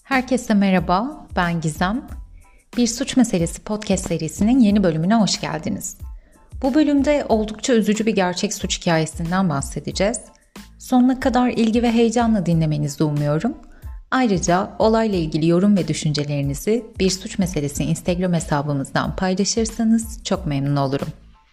Herkese merhaba, ben Gizem. Bir Suç Meselesi podcast serisinin yeni bölümüne hoş geldiniz. Bu bölümde oldukça üzücü bir gerçek suç hikayesinden bahsedeceğiz. Sonuna kadar ilgi ve heyecanla dinlemenizi umuyorum. Ayrıca olayla ilgili yorum ve düşüncelerinizi Bir Suç Meselesi Instagram hesabımızdan paylaşırsanız çok memnun olurum.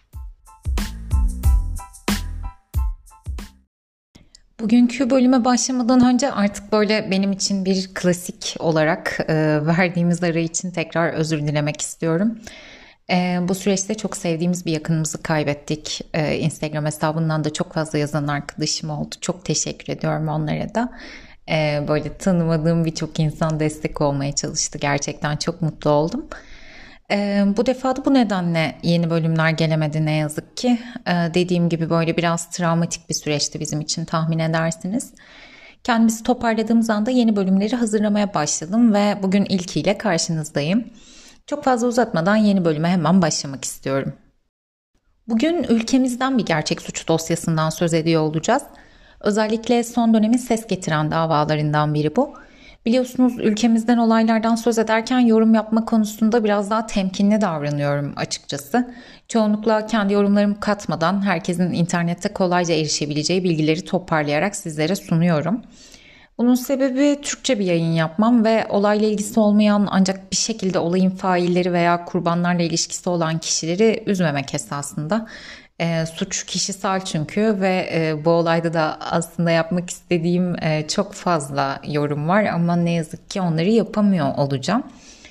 Bugünkü bölüme başlamadan önce artık böyle benim için bir klasik olarak verdiğimiz ara için tekrar özür dilemek istiyorum. Bu süreçte çok sevdiğimiz bir yakınımızı kaybettik. Instagram hesabından da çok fazla yazan arkadaşım oldu. Çok teşekkür ediyorum onlara da. Böyle tanımadığım birçok insan destek olmaya çalıştı. Gerçekten çok mutlu oldum. Bu defa da bu nedenle yeni bölümler gelemedi ne yazık ki. Dediğim gibi böyle biraz travmatik bir süreçti bizim için, tahmin edersiniz. Kendimizi toparladığımız anda yeni bölümleri hazırlamaya başladım ve bugün ilkiyle karşınızdayım. Çok fazla uzatmadan yeni bölüme hemen başlamak istiyorum. Bugün ülkemizden bir gerçek suç dosyasından söz ediyor olacağız. Özellikle son dönemin ses getiren davalarından biri bu. Biliyorsunuz ülkemizden olaylardan söz ederken yorum yapma konusunda biraz daha temkinli davranıyorum açıkçası. Çoğunlukla kendi yorumlarımı katmadan herkesin internette kolayca erişebileceği bilgileri toparlayarak sizlere sunuyorum. Bunun sebebi Türkçe bir yayın yapmam ve olayla ilgisi olmayan ancak bir şekilde olayın failleri veya kurbanlarla ilişkisi olan kişileri üzmemek esasında. Suç kişisel çünkü ve bu olayda da aslında yapmak istediğim çok fazla yorum var ama ne yazık ki onları yapamıyor olacağım.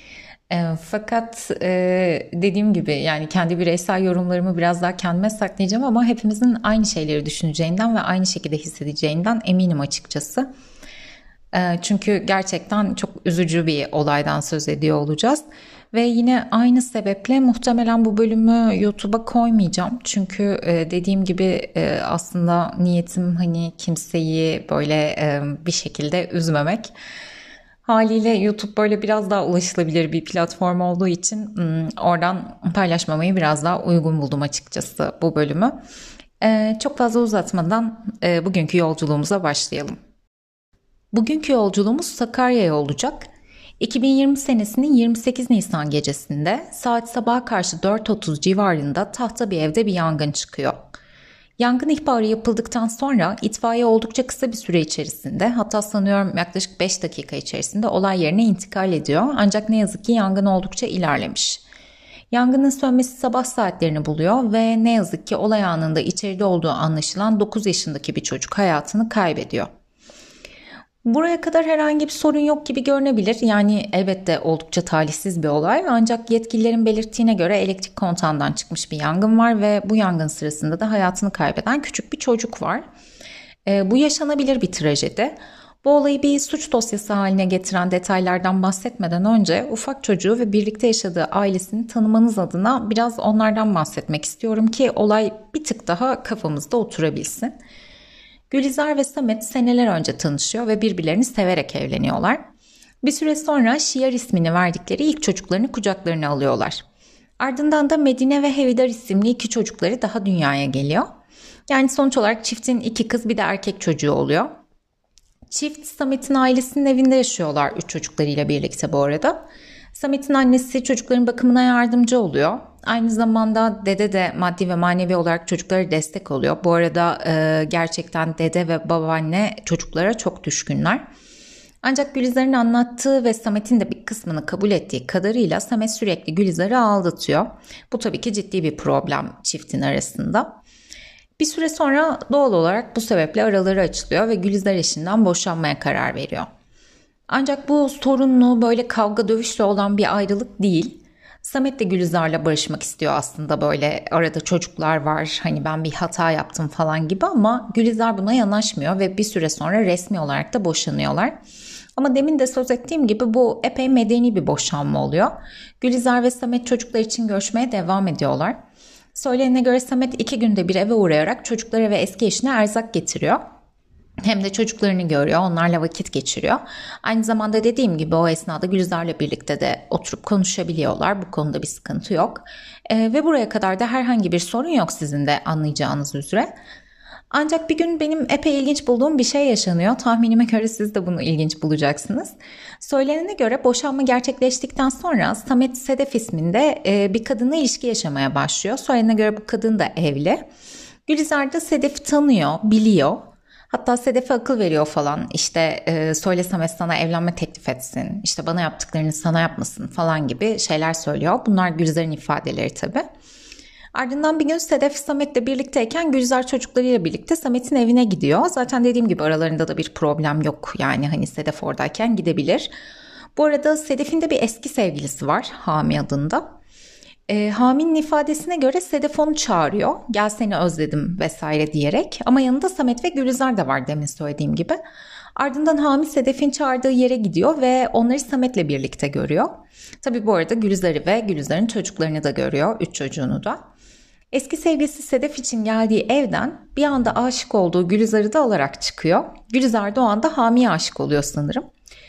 Fakat dediğim gibi yani kendi bireysel yorumlarımı biraz daha kendime saklayacağım ama hepimizin aynı şeyleri düşüneceğinden ve aynı şekilde hissedeceğinden eminim açıkçası. Çünkü gerçekten çok üzücü bir olaydan söz ediyor olacağız. Ve yine aynı sebeple muhtemelen bu bölümü YouTube'a koymayacağım. Çünkü dediğim gibi aslında niyetim hani kimseyi böyle bir şekilde üzmemek. Haliyle YouTube böyle biraz daha ulaşılabilir bir platform olduğu için oradan paylaşmamayı biraz daha uygun buldum açıkçası bu bölümü. Çok fazla uzatmadan bugünkü yolculuğumuza başlayalım. Bugünkü yolculuğumuz Sakarya'ya olacak. 2020 senesinin 28 Nisan gecesinde saat sabaha karşı 4:30 civarında tahta bir evde bir yangın çıkıyor. Yangın ihbarı yapıldıktan sonra itfaiye oldukça kısa bir süre içerisinde, hatta sanıyorum yaklaşık 5 dakika içerisinde olay yerine intikal ediyor. Ancak ne yazık ki yangın oldukça ilerlemiş. Yangının sönmesi sabah saatlerini buluyor ve ne yazık ki olay anında içeride olduğu anlaşılan 9 yaşındaki bir çocuk hayatını kaybediyor. Buraya kadar herhangi bir sorun yok gibi görünebilir. Yani elbette oldukça talihsiz bir olay. Ancak yetkililerin belirttiğine göre elektrik kontağından çıkmış bir yangın var ve bu yangın sırasında da hayatını kaybeden küçük bir çocuk var. Bu yaşanabilir bir trajedi. Bu olayı bir suç dosyası haline getiren detaylardan bahsetmeden önce ufak çocuğu ve birlikte yaşadığı ailesini tanımanız adına biraz onlardan bahsetmek istiyorum ki olay bir tık daha kafamızda oturabilsin. Gülizar ve Samet seneler önce tanışıyor ve birbirlerini severek evleniyorlar. Bir süre sonra Şiar ismini verdikleri ilk çocuklarını kucaklarına alıyorlar. Ardından da Medine ve Hevidar isimli iki çocukları daha dünyaya geliyor. Yani sonuç olarak çiftin 2 kız bir de erkek çocuğu oluyor. Çift Samet'in ailesinin evinde yaşıyorlar 3 çocuklarıyla birlikte bu arada. Samet'in annesi çocukların bakımına yardımcı oluyor. Aynı zamanda dede de maddi ve manevi olarak çocuklara destek oluyor. Bu arada gerçekten dede ve babaanne çocuklara çok düşkünler. Ancak Gülizar'ın anlattığı ve Samet'in de bir kısmını kabul ettiği kadarıyla Samet sürekli Gülizar'ı aldatıyor. Bu tabii ki ciddi bir problem çiftin arasında. Bir süre sonra doğal olarak bu sebeple araları açılıyor ve Gülizar eşinden boşanmaya karar veriyor. Ancak bu sorunlu böyle kavga dövüşle olan bir ayrılık değil. Samet de Gülizar'la barışmak istiyor aslında, böyle arada çocuklar var hani ben bir hata yaptım falan gibi, ama Gülizar buna yanaşmıyor ve bir süre sonra resmi olarak da boşanıyorlar. Ama demin de söz ettiğim gibi bu epey medeni bir boşanma oluyor. Gülizar ve Samet çocuklar için görüşmeye devam ediyorlar. Söylenene göre Samet 2 günde bir eve uğrayarak çocuklara ve eski eşine erzak getiriyor. Hem de çocuklarını görüyor, onlarla vakit geçiriyor. Aynı zamanda dediğim gibi o esnada Gülizar'la birlikte de oturup konuşabiliyorlar. Bu konuda bir sıkıntı yok. Ve buraya kadar da herhangi bir sorun yok sizin de anlayacağınız üzere. Ancak bir gün benim epey ilginç bulduğum bir şey yaşanıyor. Tahminime göre siz de bunu ilginç bulacaksınız. Söylenene göre boşanma gerçekleştikten sonra Samet Sedef isminde bir kadınla ilişki yaşamaya başlıyor. Söylenene göre bu kadın da evli. Gülizar da Sedef'i tanıyor, biliyor. Hatta Sedef'e akıl veriyor falan. İşte söyle Samet sana evlenme teklif etsin. İşte bana yaptıklarını sana yapmasın falan gibi şeyler söylüyor. Bunlar Gülizar'ın ifadeleri tabii. Ardından bir gün Sedef Samet'le birlikteyken Gülizar çocuklarıyla birlikte Samet'in evine gidiyor. Zaten dediğim gibi aralarında da bir problem yok. Yani hani Sedef oradayken gidebilir. Bu arada Sedef'in de bir eski sevgilisi var, Hami adında. Hami'nin ifadesine göre Sedef onu çağırıyor. Gel seni özledim vesaire diyerek. Ama yanında Samet ve Gülizar da var demin söylediğim gibi. Ardından Hami Sedef'in çağırdığı yere gidiyor ve onları Samet'le birlikte görüyor. Tabii bu arada Gülizar'ı ve Gülizar'ın çocuklarını da görüyor. 3 çocuğunu da. Eski sevgilisi Sedef için geldiği evden bir anda aşık olduğu Gülizar'ı da alarak çıkıyor. Gülizar da o anda Hami'ye aşık oluyor sanırım.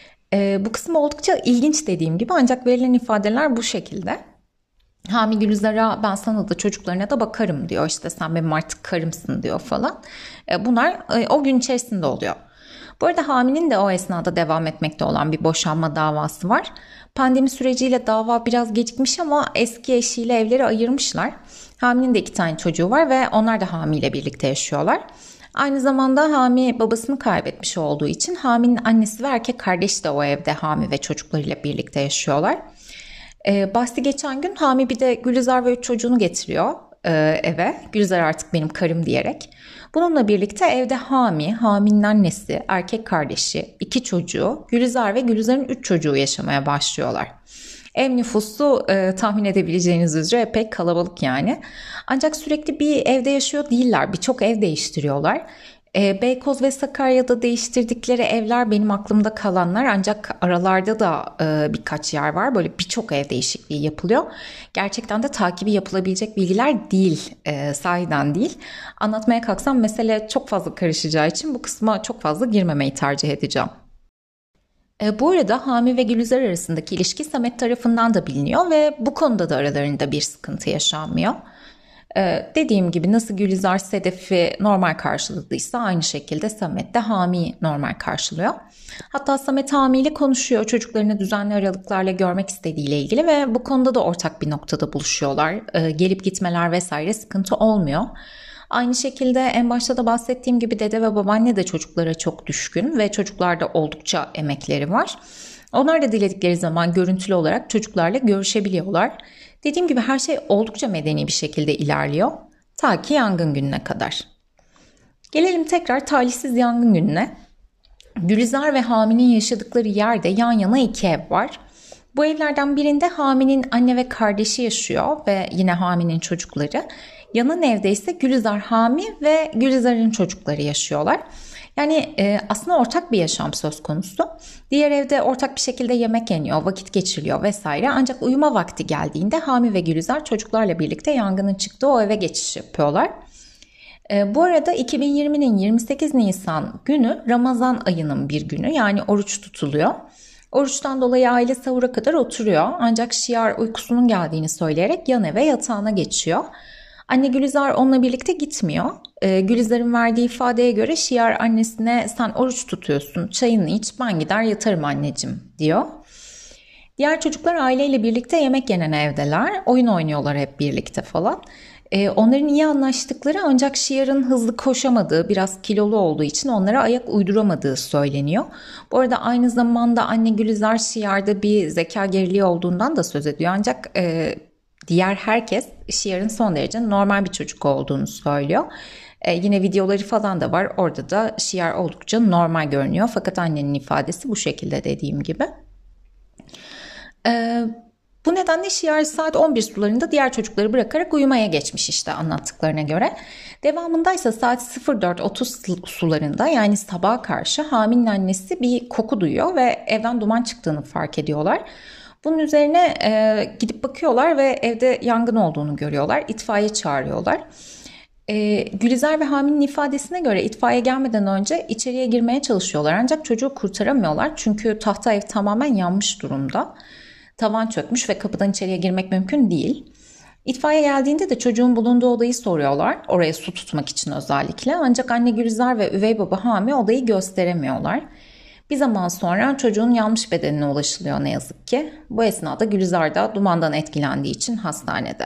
Bu kısım oldukça ilginç dediğim gibi ancak verilen ifadeler bu şekilde. Hami Gülizar'a ben sana da çocuklarına da bakarım diyor. İşte sen benim artık karımsın diyor falan. Bunlar o gün içerisinde oluyor. Bu arada Hami'nin de o esnada devam etmekte olan bir boşanma davası var. Pandemi süreciyle dava biraz gecikmiş ama eski eşiyle evleri ayırmışlar. Hami'nin de 2 tane çocuğu var ve onlar da Hami ile birlikte yaşıyorlar. Aynı zamanda Hami babasını kaybetmiş olduğu için Hami'nin annesi ve erkek kardeşi de o evde Hami ve çocuklarıyla birlikte yaşıyorlar. Bahsi geçen gün Hami bir de Gülizar ve 3 çocuğunu getiriyor eve. Gülizar artık benim karım diyerek. Bununla birlikte evde Hami, Hami'nin annesi, erkek kardeşi, 2 çocuğu, Gülizar ve Gülizar'ın 3 çocuğu yaşamaya başlıyorlar. Ev nüfusu tahmin edebileceğiniz üzere epey kalabalık yani. Ancak sürekli bir evde yaşıyor değiller. Birçok ev değiştiriyorlar. Beykoz ve Sakarya'da değiştirdikleri evler benim aklımda kalanlar ancak aralarda da birkaç yer var. Böyle birçok ev değişikliği yapılıyor. Gerçekten de takibi yapılabilecek bilgiler değil, sahiden değil. Anlatmaya kalksam mesele çok fazla karışacağı için bu kısma çok fazla girmemeyi tercih edeceğim. Bu arada Hami ve Gülizar arasındaki ilişki Samet tarafından da biliniyor ve bu konuda da aralarında bir sıkıntı yaşanmıyor. Dediğim gibi nasıl Gülizar Sedef'i normal karşıladıysa aynı şekilde Samet de Hami'yi normal karşılıyor. Hatta Samet Hami ile konuşuyor, çocuklarını düzenli aralıklarla görmek istediğiyle ilgili ve bu konuda da ortak bir noktada buluşuyorlar. Gelip gitmeler vesaire sıkıntı olmuyor. Aynı şekilde en başta da bahsettiğim gibi dede ve babaanne de çocuklara çok düşkün ve çocuklarda oldukça emekleri var. Onlar da diledikleri zaman görüntülü olarak çocuklarla görüşebiliyorlar. Dediğim gibi her şey oldukça medeni bir şekilde ilerliyor. Ta ki yangın gününe kadar. Gelelim tekrar talihsiz yangın gününe. Gülizar ve Hami'nin yaşadıkları yerde yan yana 2 ev var. Bu evlerden birinde Hami'nin anne ve kardeşi yaşıyor ve yine Hami'nin çocukları. Yanan evde ise Gülizar, Hami ve Gülizar'ın çocukları yaşıyorlar. Yani aslında ortak bir yaşam söz konusu. Diğer evde ortak bir şekilde yemek yeniyor, vakit geçiriliyor vesaire. Ancak uyuma vakti geldiğinde Hami ve Gülizar çocuklarla birlikte yangının çıktığı o eve geçiş yapıyorlar. Bu arada 2020'nin 28 Nisan günü Ramazan ayının bir günü, yani oruç tutuluyor. Oruçtan dolayı aile sahura kadar oturuyor ancak Şiar uykusunun geldiğini söyleyerek yan eve yatağına geçiyor. Anne Gülizar onunla birlikte gitmiyor. Gülizar'ın verdiği ifadeye göre Şiar annesine sen oruç tutuyorsun, çayını iç, ben gider yatarım anneciğim diyor. Diğer çocuklar aileyle birlikte yemek yenen evdeler, oyun oynuyorlar hep birlikte falan. Onların iyi anlaştıkları ancak Şiar'ın hızlı koşamadığı, biraz kilolu olduğu için onlara ayak uyduramadığı söyleniyor. Bu arada aynı zamanda anne Gülizar Şiar'da bir zeka geriliği olduğundan da söz ediyor ancak diğer herkes Şiar'ın son derece normal bir çocuk olduğunu söylüyor. Yine videoları falan da var. Orada da Şiar oldukça normal görünüyor. Fakat annenin ifadesi bu şekilde dediğim gibi. Bu nedenle Şiar saat 11 sularında diğer çocukları bırakarak uyumaya geçmiş işte anlattıklarına göre. Devamındaysa saat 04.30 sularında, yani sabaha karşı Hami'nin annesi bir koku duyuyor ve evden duman çıktığını fark ediyorlar. Bunun üzerine gidip bakıyorlar ve evde yangın olduğunu görüyorlar. İtfaiye çağırıyorlar. Gülizar ve Hami'nin ifadesine göre itfaiye gelmeden önce içeriye girmeye çalışıyorlar. Ancak çocuğu kurtaramıyorlar çünkü tahta ev tamamen yanmış durumda. Tavan çökmüş ve kapıdan içeriye girmek mümkün değil. İtfaiye geldiğinde de çocuğun bulunduğu odayı soruyorlar. Oraya su tutmak için özellikle. Ancak anne Gülizar ve üvey baba Hami odayı gösteremiyorlar. Bir zaman sonra çocuğun yanlış bedenine ulaşılıyor ne yazık ki. Bu esnada Gülizar da dumandan etkilendiği için hastanede.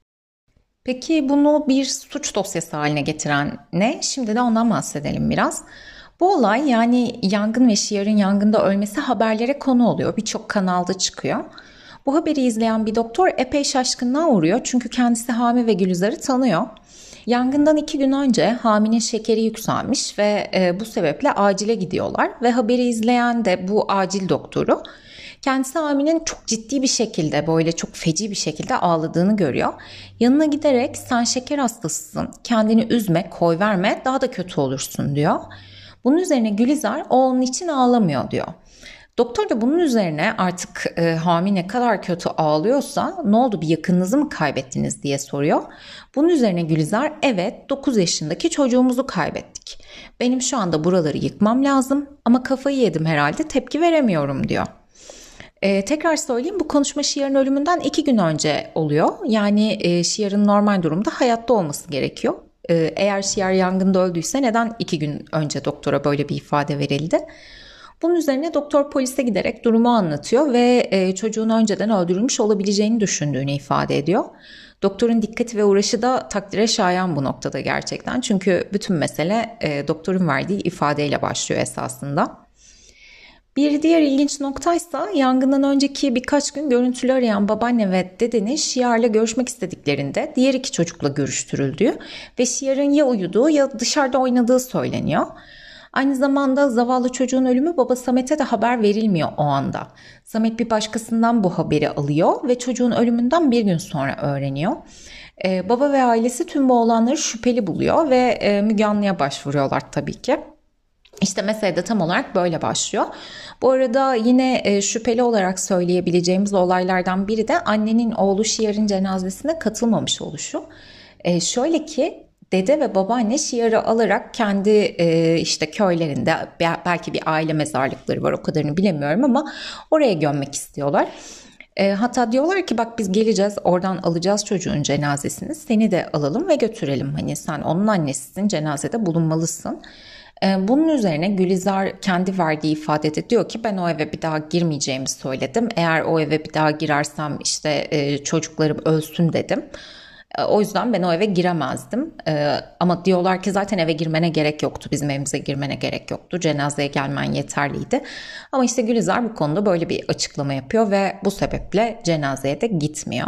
Peki bunu bir suç dosyası haline getiren ne? Şimdi de ondan bahsedelim biraz. Bu olay, yani yangın ve Şiar'ın yangında ölmesi, haberlere konu oluyor. Birçok kanalda çıkıyor. Bu haberi izleyen bir doktor epey şaşkınlığa uğruyor. Çünkü kendisi Hami ve Gülizar'ı tanıyor. Yangından 2 gün önce Hami'nin şekeri yükselmiş ve bu sebeple acile gidiyorlar. Ve haberi izleyen de bu acil doktoru kendisi Hami'nin çok ciddi bir şekilde, böyle çok feci bir şekilde ağladığını görüyor. Yanına giderek sen şeker hastasısın, kendini üzme, koy verme, daha da kötü olursun diyor. Bunun üzerine Gülizar o onun için ağlamıyor diyor. Doktor da bunun üzerine artık Hami ne kadar kötü ağlıyorsa ne oldu, bir yakınınızı mı kaybettiniz diye soruyor. Bunun üzerine Gülizar evet 9 yaşındaki çocuğumuzu kaybettik. Benim şu anda buraları yıkmam lazım ama kafayı yedim herhalde, tepki veremiyorum diyor. Tekrar söyleyeyim, bu konuşma Şiar'ın ölümünden 2 gün önce oluyor. Yani Şiar'ın normal durumda hayatta olması gerekiyor. Eğer Şiar yangında öldüyse neden 2 gün önce doktora böyle bir ifade verildi? Bunun üzerine doktor polise giderek durumu anlatıyor ve çocuğun önceden öldürülmüş olabileceğini düşündüğünü ifade ediyor. Doktorun dikkati ve uğraşı da takdire şayan bu noktada gerçekten. Çünkü bütün mesele doktorun verdiği ifadeyle başlıyor esasında. Bir diğer ilginç noktaysa yangından önceki birkaç gün görüntülü arayan babaanne ve dedenin Şiar'la görüşmek istediklerinde diğer 2 çocukla görüştürüldüğü ve Şiar'ın ya uyuduğu ya dışarıda oynadığı söyleniyor. Aynı zamanda zavallı çocuğun ölümü baba Samet'e de haber verilmiyor o anda. Samet bir başkasından bu haberi alıyor ve çocuğun ölümünden 1 gün sonra öğreniyor. Baba ve ailesi tüm bu olanları şüpheli buluyor ve Müge Anlı'ya başvuruyorlar tabii ki. İşte mesele de tam olarak böyle başlıyor. Bu arada yine şüpheli olarak söyleyebileceğimiz olaylardan biri de annenin oğlu Şiar'ın cenazesine katılmamış oluşu. Şöyle ki dede ve babaanne Şiar'ı alarak kendi işte köylerinde, belki bir aile mezarlıkları var, o kadarını bilemiyorum, ama oraya gömmek istiyorlar. Hatta diyorlar ki bak biz geleceğiz, oradan alacağız çocuğun cenazesini, seni de alalım ve götürelim. Hani sen onun annesisin, cenazede bulunmalısın. Bunun üzerine Gülizar kendi verdiği ifadede diyor ki ben o eve bir daha girmeyeceğimi söyledim. Eğer o eve bir daha girersem işte çocuklarım ölsün dedim. O yüzden ben o eve giremezdim. Ama diyorlar ki zaten eve girmene gerek yoktu. Bizim evimize girmene gerek yoktu. Cenazeye gelmen yeterliydi. Ama işte Gülizar bu konuda böyle bir açıklama yapıyor ve bu sebeple cenazeye de gitmiyor.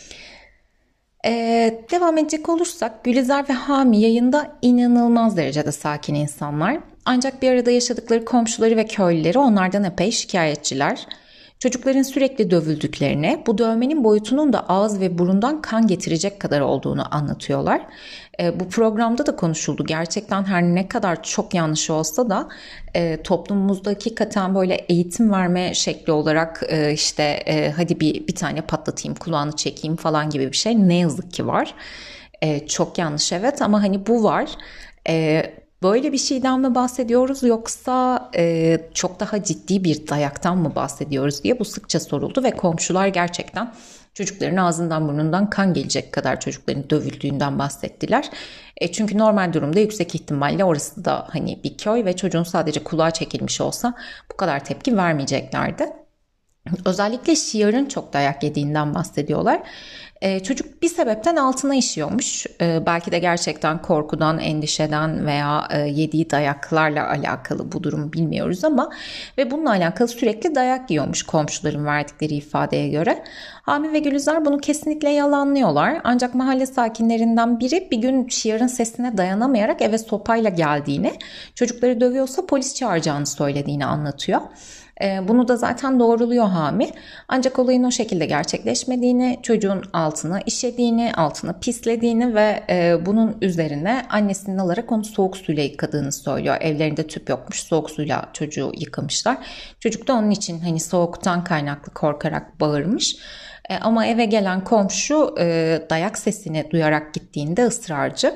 Devam edecek olursak Gülizar ve Hami yayında inanılmaz derecede sakin insanlar. Ancak bir arada yaşadıkları komşuları ve köylüleri onlardan epey şikayetçiler. Çocukların sürekli dövüldüklerini, bu dövmenin boyutunun da ağız ve burundan kan getirecek kadar olduğunu anlatıyorlar. Bu programda da konuşuldu. Gerçekten her ne kadar çok yanlış olsa da toplumumuzda hakikaten böyle eğitim verme şekli olarak işte hadi bir tane patlatayım, kulağını çekeyim falan gibi bir şey ne yazık ki var. Çok yanlış evet, ama hani bu var. Böyle bir şeyden mi bahsediyoruz yoksa çok daha ciddi bir dayaktan mı bahsediyoruz diye bu sıkça soruldu ve komşular gerçekten çocukların ağzından burnundan kan gelecek kadar çocukların dövüldüğünden bahsettiler. Çünkü normal durumda yüksek ihtimalle orası da hani bir köy ve çocuğun sadece kulağı çekilmiş olsa bu kadar tepki vermeyeceklerdi. Özellikle Şiar'ın çok dayak yediğinden bahsediyorlar. Çocuk bir sebepten altına işiyormuş. Belki de gerçekten korkudan, endişeden veya yediği dayaklarla alakalı bu durumu bilmiyoruz ama ve bununla alakalı sürekli dayak yiyormuş komşuların verdikleri ifadeye göre. Hami ve Gülizar bunu kesinlikle yalanlıyorlar. Ancak mahalle sakinlerinden biri bir gün Şiar'ın sesine dayanamayarak eve sopayla geldiğini, çocukları dövüyorsa polis çağıracağını söylediğini anlatıyor. Bunu da zaten doğruluyor Hami. Ancak olayın o şekilde gerçekleşmediğini, çocuğun altına işediğini, altına pislediğini ve bunun üzerine annesinin alarak onu soğuk suyla yıkadığını söylüyor. Evlerinde tüp yokmuş, soğuk suyla çocuğu yıkamışlar. Çocuk da onun için hani soğuktan kaynaklı korkarak bağırmış. Ama eve gelen komşu dayak sesini duyarak gittiğinde ısrarcı.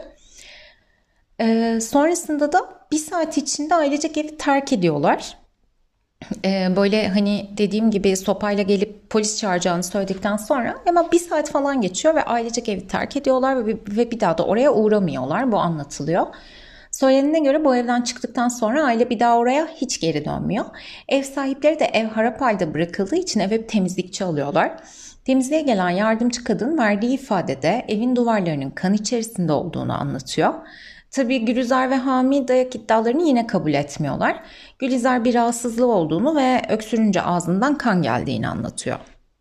Sonrasında da bir saat içinde ailecek evi terk ediyorlar. Böyle hani dediğim gibi sopayla gelip polis çağıracağını söyledikten sonra hemen bir saat falan geçiyor ve ailecek evi terk ediyorlar ve bir daha da oraya uğramıyorlar. Bu anlatılıyor. Söylenene göre bu evden çıktıktan sonra aile bir daha oraya hiç geri dönmüyor. Ev sahipleri de ev harap halde bırakıldığı için eve bir temizlikçi alıyorlar. Temizliğe gelen yardımcı kadın verdiği ifadede evin duvarlarının kan içerisinde olduğunu anlatıyor. Tabii Gülizar ve Hami dayak iddialarını yine kabul etmiyorlar. Gülizar bir rahatsızlığı olduğunu ve öksürünce ağzından kan geldiğini anlatıyor.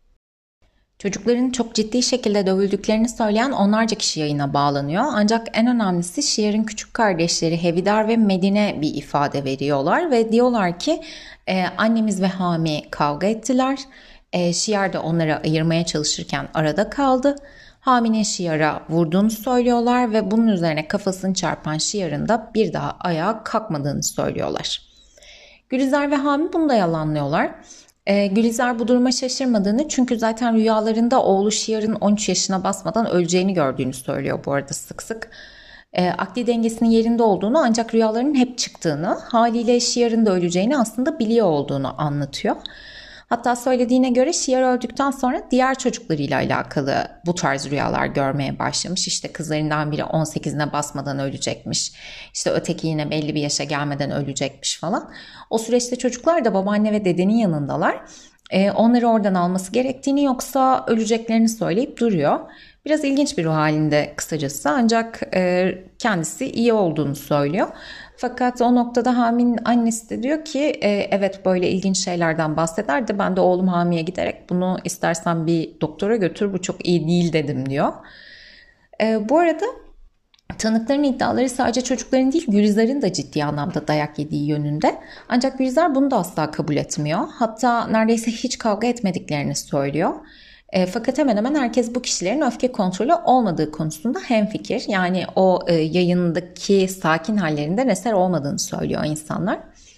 Çocukların çok ciddi şekilde dövüldüklerini söyleyen onlarca kişi yayına bağlanıyor. Ancak en önemlisi Şiar'ın küçük kardeşleri Hevidar ve Medine bir ifade veriyorlar ve diyorlar ki annemiz ve Hami kavga ettiler. Şiar da onları ayırmaya çalışırken arada kaldı. Hami'nin Şiar'a vurduğunu söylüyorlar ve bunun üzerine kafasını çarpan Şiar'ın da bir daha ayağa kalkmadığını söylüyorlar. Gülizar ve Hami bunu da yalanlıyorlar. Gülizar bu duruma şaşırmadığını çünkü zaten rüyalarında oğlu Şiar'ın 13 yaşına basmadan öleceğini gördüğünü söylüyor bu arada sık sık. Akli dengesinin yerinde olduğunu ancak rüyalarının hep çıktığını, haliyle Şiar'ın da öleceğini aslında biliyor olduğunu anlatıyor. Hatta söylediğine göre Şiar öldükten sonra diğer çocuklarıyla alakalı bu tarz rüyalar görmeye başlamış. İşte kızlarından biri 18'ine basmadan ölecekmiş. İşte öteki yine belli bir yaşa gelmeden ölecekmiş falan. O süreçte çocuklar da babaanne ve dedenin yanındalar. Onları oradan alması gerektiğini yoksa öleceklerini söyleyip duruyor. Biraz ilginç bir ruh halinde kısacası ancak kendisi iyi olduğunu söylüyor. Fakat o noktada Hami'nin annesi de diyor ki evet böyle ilginç şeylerden bahsederdi. Ben de oğlum Hami'ye giderek bunu istersen bir doktora götür bu çok iyi değil dedim diyor. Bu arada tanıkların iddiaları sadece çocukların değil Gülizar'ın da ciddi anlamda dayak yediği yönünde. Ancak Gülizar bunu da asla kabul etmiyor. Hatta neredeyse hiç kavga etmediklerini söylüyor. Fakat hemen hemen herkes bu kişilerin öfke kontrolü olmadığı konusunda hemfikir. Yani o yayındaki sakin hallerinden eser olmadığını söylüyor insanlar.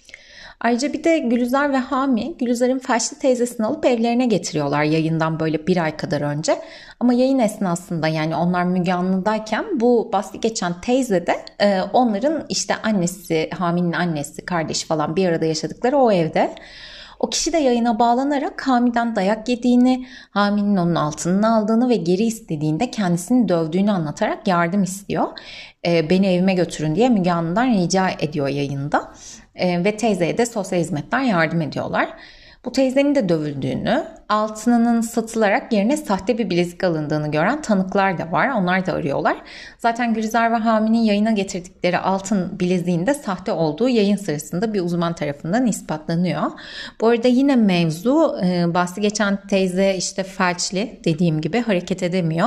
Ayrıca bir de Gülizar ve Hami, Gülizar'ın felçli teyzesini alıp evlerine getiriyorlar yayından böyle bir ay kadar önce. Ama yayın esnasında yani onlar Müge Anlı'dayken bu bahsi geçen teyze de onların işte annesi, Hami'nin annesi, kardeşi falan bir arada yaşadıkları o evde. O kişi de yayına bağlanarak Hami'den dayak yediğini, Hami'nin onun altını aldığını ve geri istediğinde kendisini dövdüğünü anlatarak yardım istiyor. Beni evime götürün diye Müge Anlı'dan rica ediyor yayında. Ve teyzeye de sosyal hizmetler yardım ediyorlar. Bu teyzenin de dövüldüğünü, altınının satılarak yerine sahte bir bilezik alındığını gören tanıklar da var. Onlar da arıyorlar. Zaten Gülizar ve Hami'nin yayına getirdikleri altın bileziğin de sahte olduğu yayın sırasında bir uzman tarafından ispatlanıyor. Bu arada yine mevzu bahsi geçen teyze işte felçli dediğim gibi hareket edemiyor.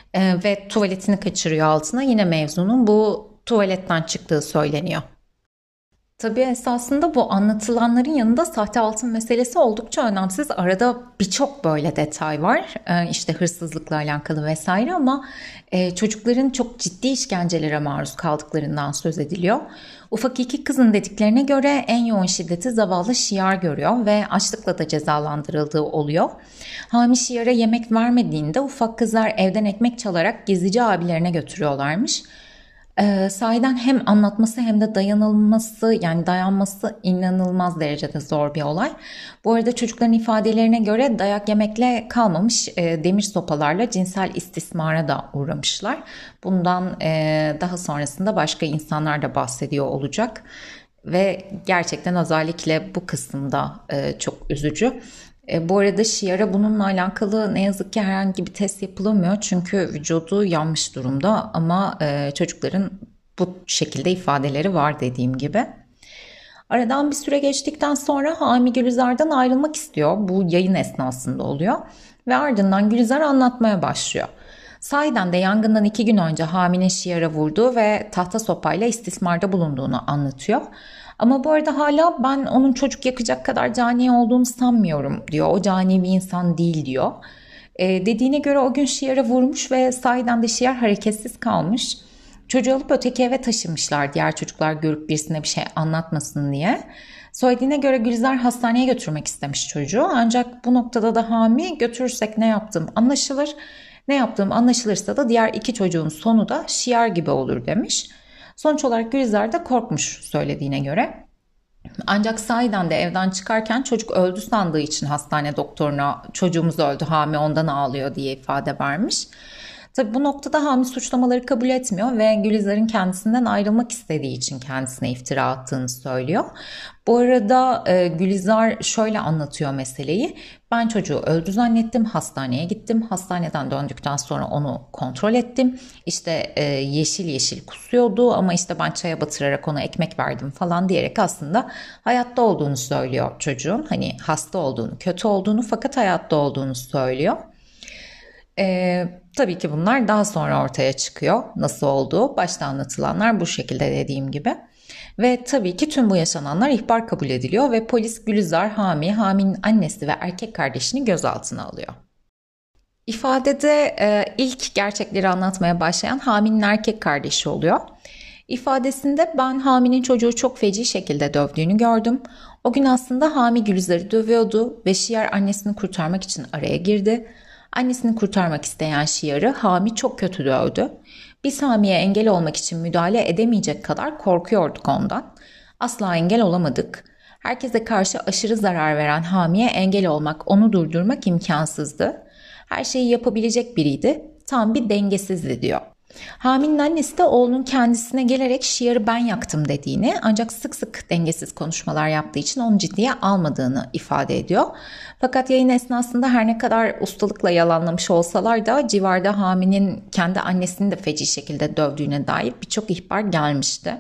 Ve tuvaletini kaçırıyor altına. Yine mevzunun bu tuvaletten çıktığı söyleniyor. Tabii esasında bu anlatılanların yanında sahte altın meselesi oldukça önemsiz. Arada birçok böyle detay var. İşte hırsızlıkla alakalı vesaire ama çocukların çok ciddi işkencelere maruz kaldıklarından söz ediliyor. Ufak iki kızın dediklerine göre en yoğun şiddeti zavallı Şiar görüyor ve açlıkla da cezalandırıldığı oluyor. Hami Şiar'a yemek vermediğinde ufak kızlar evden ekmek çalarak gizlice abilerine götürüyorlarmış. Sahiden hem anlatması hem de dayanılması yani dayanması inanılmaz derecede zor bir olay. Bu arada çocukların ifadelerine göre dayak yemekle kalmamış demir sopalarla cinsel istismara da uğramışlar. Bundan daha sonrasında başka insanlar da bahsediyor olacak. Ve gerçekten özellikle bu kısımda çok üzücü. Bu arada Şiar'a bununla alakalı ne yazık ki herhangi bir test yapılamıyor. Çünkü vücudu yanmış durumda ama çocukların bu şekilde ifadeleri var dediğim gibi. Aradan bir süre geçtikten sonra Hami Gülizar'dan ayrılmak istiyor. Bu yayın esnasında oluyor. Ve ardından Gülizar anlatmaya başlıyor. Sahiden de yangından 2 gün önce Hami'nin Şiar'a vurduğu ve tahta sopayla istismarda bulunduğunu anlatıyor. Ama bu arada hala ben onun çocuk yakacak kadar cani olduğunu sanmıyorum diyor. O cani bir insan değil diyor. Dediğine göre o gün Şiar'a vurmuş ve sahiden de Şiar hareketsiz kalmış. Çocuğu alıp öteki eve taşımışlar diğer çocuklar görüp birisine bir şey anlatmasın diye. Söylediğine göre Gülizar hastaneye götürmek istemiş çocuğu. Ancak bu noktada da Hami götürürsek ne yaptığım anlaşılır. Ne yaptığım anlaşılırsa da diğer 2 çocuğun sonu da Şiar gibi olur demiş. Sonuç olarak Gülizar da korkmuş söylediğine göre. Ancak sahiden de evden çıkarken çocuk öldü sandığı için hastane doktoruna çocuğumuz öldü, Hami ondan ağlıyor diye ifade vermiş. Tabii bu noktada Hami suçlamaları kabul etmiyor ve Gülizar'ın kendisinden ayrılmak istediği için kendisine iftira attığını söylüyor. Bu arada Gülizar şöyle anlatıyor meseleyi. Ben çocuğu öldü zannettim, hastaneye gittim. Hastaneden döndükten sonra onu kontrol ettim. İşte yeşil yeşil kusuyordu ama işte ben çaya batırarak ona ekmek verdim falan diyerek aslında hayatta olduğunu söylüyor çocuğun. Hani hasta olduğunu, kötü olduğunu fakat hayatta olduğunu söylüyor. Tabii ki bunlar daha sonra ortaya çıkıyor. Nasıl olduğu, başta anlatılanlar bu şekilde dediğim gibi. Ve tabii ki tüm bu yaşananlar ihbar kabul ediliyor ve polis Gülizar, Hami'nin annesi ve erkek kardeşini gözaltına alıyor. İfadede ilk gerçekleri anlatmaya başlayan Hami'nin erkek kardeşi oluyor. İfadesinde ben Hami'nin çocuğu çok feci şekilde dövdüğünü gördüm. O gün aslında Hami Gülizar'ı dövüyordu ve Şiar annesini kurtarmak için araya girdi. Annesini kurtarmak isteyen Şiar'ı Hami çok kötü dövdü. Biz Hami'ye engel olmak için müdahale edemeyecek kadar korkuyorduk ondan. Asla engel olamadık. Herkese karşı aşırı zarar veren Hami'ye engel olmak, onu durdurmak imkansızdı. Her şeyi yapabilecek biriydi. Tam bir dengesizdi diyor. Hami'nin annesi de oğlunun kendisine gelerek Şiar'ı ben yaktım dediğini ancak sık sık dengesiz konuşmalar yaptığı için onu ciddiye almadığını ifade ediyor. Fakat yayın esnasında her ne kadar ustalıkla yalanlamış olsalar da civarda Hami'nin kendi annesini de feci şekilde dövdüğüne dair birçok ihbar gelmişti.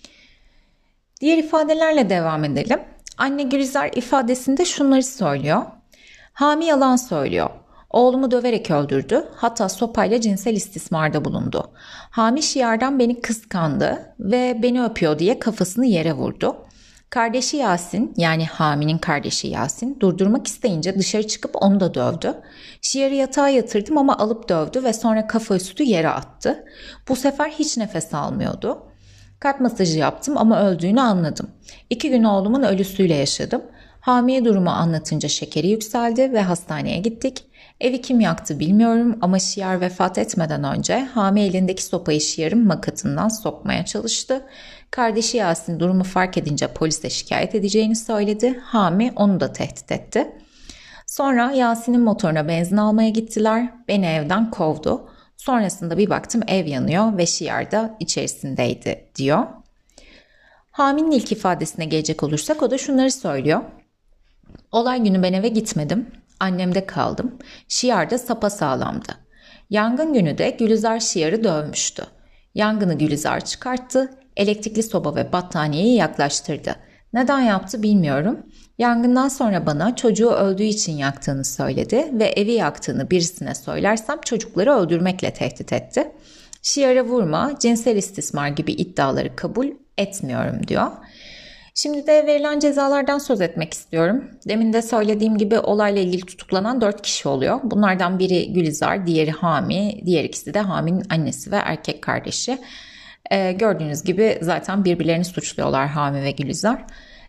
Diğer ifadelerle devam edelim. Anne Gülizar ifadesinde şunları söylüyor. Hami yalan söylüyor. Oğlumu döverek öldürdü. Hatta sopayla cinsel istismarda bulundu. Hami Şiar'dan beni kıskandı ve beni öpüyor diye kafasını yere vurdu. Kardeşi Yasin, yani Hami'nin kardeşi Yasin, durdurmak isteyince dışarı çıkıp onu da dövdü. Şiar'ı yatağa yatırdım ama alıp dövdü ve sonra kafa üstü yere attı. Bu sefer hiç nefes almıyordu. Kalp masajı yaptım ama öldüğünü anladım. 2 gün oğlumun ölüsüyle yaşadım. Hami'ye durumu anlatınca şekeri yükseldi ve hastaneye gittik. Evi kim yaktı bilmiyorum ama Şiar vefat etmeden önce Hami elindeki sopayı Şiar'ın makatından sokmaya çalıştı. Kardeşi Yasin durumu fark edince polise şikayet edeceğini söyledi. Hami onu da tehdit etti. Sonra Yasin'in motoruna benzin almaya gittiler. Beni evden kovdu. Sonrasında bir baktım ev yanıyor ve Şiar da içerisindeydi diyor. Hami'nin ilk ifadesine gelecek olursak o da şunları söylüyor. Olay günü ben eve gitmedim. Annemde kaldım. Şiar da sapasağlamdı. Yangın günü de Gülizar Şiar'ı dövmüştü. Yangını Gülizar çıkarttı. Elektrikli soba ve battaniyeyi yaklaştırdı. Neden yaptı bilmiyorum. Yangından sonra bana çocuğu öldüğü için yaktığını söyledi ve evi yaktığını birisine söylersem çocukları öldürmekle tehdit etti. Şiar'a vurma, cinsel istismar gibi iddiaları kabul etmiyorum diyor. Şimdi de verilen cezalardan söz etmek istiyorum. Demin de söylediğim gibi olayla ilgili tutuklanan 4 kişi oluyor. Bunlardan biri Gülizar, diğeri Hami, diğer ikisi de Hami'nin annesi ve erkek kardeşi. Gördüğünüz gibi zaten birbirlerini suçluyorlar Hami ve Gülizar.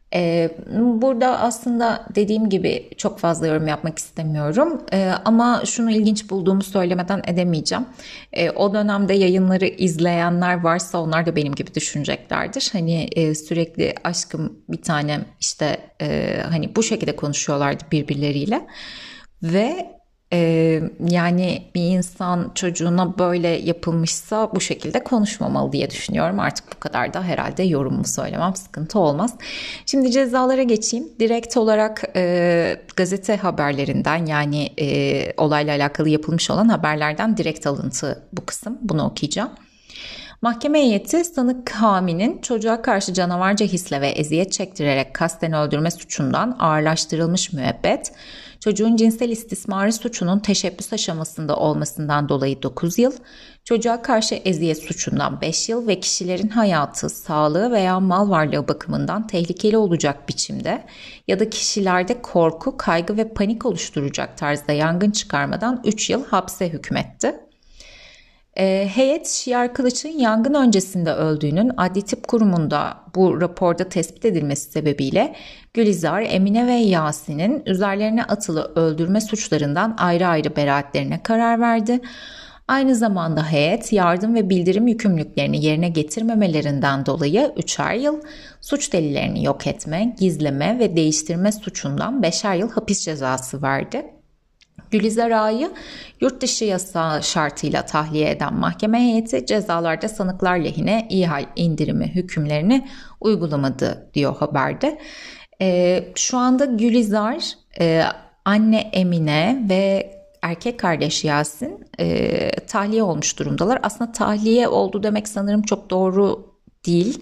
Burada aslında dediğim gibi çok fazla yorum yapmak istemiyorum ama şunu ilginç bulduğumu söylemeden edemeyeceğim. O dönemde yayınları izleyenler varsa onlar da benim gibi düşüneceklerdir. Hani sürekli aşkım bir tanem işte hani bu şekilde konuşuyorlardı birbirleriyle ve yani bir insan çocuğuna böyle yapılmışsa bu şekilde konuşmamalı diye düşünüyorum. Artık bu kadar da herhalde yorumumu söylemem sıkıntı olmaz. Şimdi cezalara geçeyim. Direkt olarak gazete haberlerinden yani olayla alakalı yapılmış olan haberlerden direkt alıntı bu kısım. Bunu okuyacağım. Mahkeme heyeti sanık Hami'nin çocuğa karşı canavarca hisle ve eziyet çektirerek kasten öldürme suçundan ağırlaştırılmış müebbet, çocuğun cinsel istismarı suçunun teşebbüs aşamasında olmasından dolayı 9 yıl, çocuğa karşı eziyet suçundan 5 yıl ve kişilerin hayatı, sağlığı veya mal varlığı bakımından tehlikeli olacak biçimde ya da kişilerde korku, kaygı ve panik oluşturacak tarzda yangın çıkarmadan 3 yıl hapse hükmetti. Heyet Şiar Kılıç'ın yangın öncesinde öldüğünün Adli Tıp Kurumu'nda bu raporda tespit edilmesi sebebiyle Gülizar, Emine ve Yasin'in üzerlerine atılı öldürme suçlarından ayrı ayrı beraatlerine karar verdi. Aynı zamanda heyet yardım ve bildirim yükümlülüklerini yerine getirmemelerinden dolayı 3'er yıl, suç delillerini yok etme, gizleme ve değiştirme suçundan 5'er yıl hapis cezası verdi. Gülizar Ağa'yı yurt dışı yasağı şartıyla tahliye eden mahkeme heyeti cezalarda sanıklar lehine ihal indirimi hükümlerini uygulamadı diyor haberde. Şu anda Gülizar, anne Emine ve erkek kardeş Yasin tahliye olmuş durumdalar. Aslında tahliye oldu demek sanırım çok doğru değil.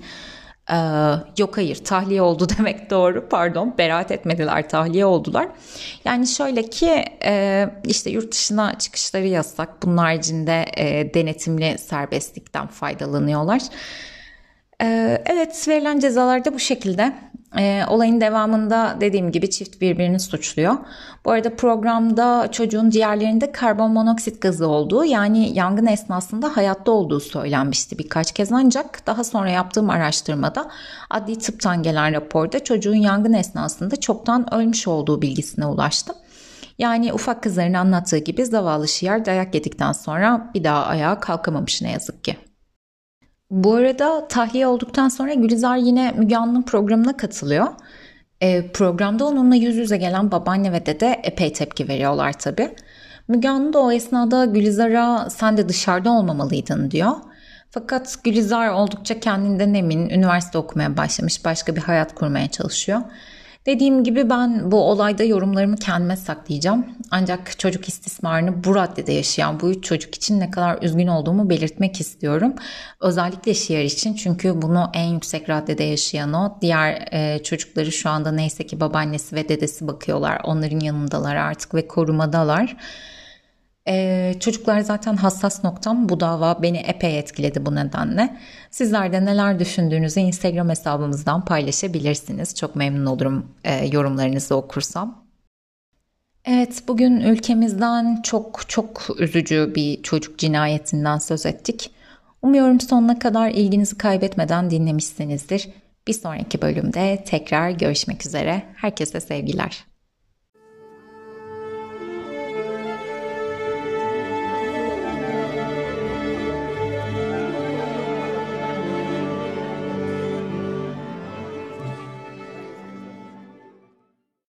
Yok hayır, tahliye oldu demek doğru, pardon, beraat etmediler, tahliye oldular. Yani şöyle ki işte yurt dışına çıkışları yasak, bunun haricinde denetimli serbestlikten faydalanıyorlar. Evet, verilen cezalar da bu şekilde. Olayın devamında dediğim gibi çift birbirini suçluyor. Bu arada programda çocuğun ciğerlerinde karbon monoksit gazı olduğu, yani yangın esnasında hayatta olduğu söylenmişti birkaç kez, ancak daha sonra yaptığım araştırmada adli tıptan gelen raporda çocuğun yangın esnasında çoktan ölmüş olduğu bilgisine ulaştım. Yani ufak kızların anlattığı gibi zavallı Şiar dayak yedikten sonra bir daha ayağa kalkamamış ne yazık ki. Bu arada tahliye olduktan sonra Gülizar yine Müge Anlı'nın programına katılıyor. Programda onunla yüz yüze gelen babaanne ve dede epey tepki veriyorlar tabii. Müge Anlı da o esnada Gülizar'a sen de dışarıda olmamalıydın diyor. Fakat Gülizar oldukça kendinden emin, üniversite okumaya başlamış, başka bir hayat kurmaya çalışıyor. Dediğim gibi ben bu olayda yorumlarımı kendime saklayacağım. Ancak çocuk istismarını bu raddede yaşayan bu 3 çocuk için ne kadar üzgün olduğumu belirtmek istiyorum. Özellikle Şiar için, çünkü bunu en yüksek raddede yaşayan o. Diğer çocukları şu anda neyse ki babaannesi ve dedesi bakıyorlar. Onların yanındalar artık ve korumadalar. Çocuklar zaten hassas noktam, bu dava beni epey etkiledi bu nedenle. Sizler de neler düşündüğünüzü Instagram hesabımızdan paylaşabilirsiniz. Çok memnun olurum yorumlarınızı okursam. Evet, bugün ülkemizden çok üzücü bir çocuk cinayetinden söz ettik. Umuyorum sonuna kadar ilginizi kaybetmeden dinlemişsinizdir. Bir sonraki bölümde tekrar görüşmek üzere. Herkese sevgiler.